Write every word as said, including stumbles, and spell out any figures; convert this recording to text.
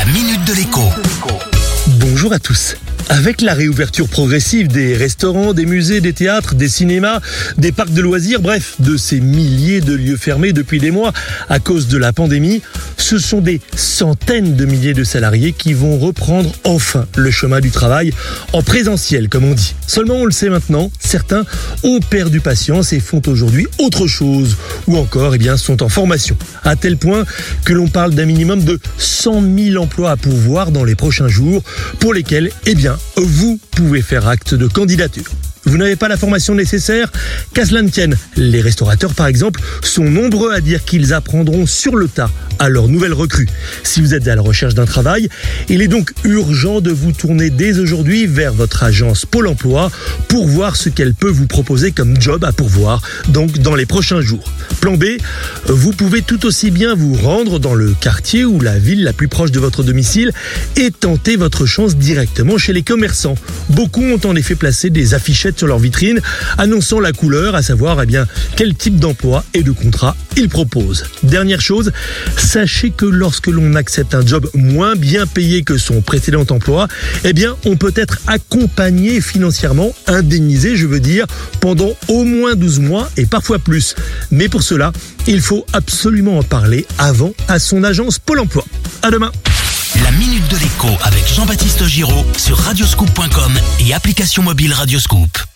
Minute de l'écho. Bonjour à tous. Avec la réouverture progressive des restaurants, des musées, des théâtres, des cinémas, des parcs de loisirs, bref, de ces milliers de lieux fermés depuis des mois à cause de la pandémie, ce sont des centaines de milliers de salariés qui vont reprendre enfin le chemin du travail en présentiel, comme on dit. Seulement, on le sait maintenant, certains ont perdu patience et font aujourd'hui autre chose, ou encore, eh bien, sont en formation. À tel point que l'on parle d'un minimum de cent mille emplois à pourvoir dans les prochains jours, pour lesquels, eh bien, vous pouvez faire acte de candidature. Vous n'avez pas la formation nécessaire ? Qu'à cela ne tienne, les restaurateurs par exemple sont nombreux à dire qu'ils apprendront sur le tas à leurs nouvelles recrues. Si vous êtes à la recherche d'un travail, il est donc urgent de vous tourner dès aujourd'hui vers votre agence Pôle emploi pour voir ce qu'elle peut vous proposer comme job à pourvoir, donc dans les prochains jours. Plan B, vous pouvez tout aussi bien vous rendre dans le quartier ou la ville la plus proche de votre domicile et tenter votre chance directement chez les commerçants. Beaucoup ont en effet placé des affichettes sur leur vitrine annonçant la couleur, à savoir eh bien, quel type d'emploi et de contrat ils proposent. Dernière chose, sachez que lorsque l'on accepte un job moins bien payé que son précédent emploi, eh bien, on peut être accompagné financièrement, indemnisé, je veux dire, pendant au moins douze mois et parfois plus. Mais pour cela, il faut absolument en parler avant à son agence Pôle emploi. À demain. La Minute de l'écho avec Jean-Baptiste Giraud sur radioscoop point com et application mobile Radioscoop.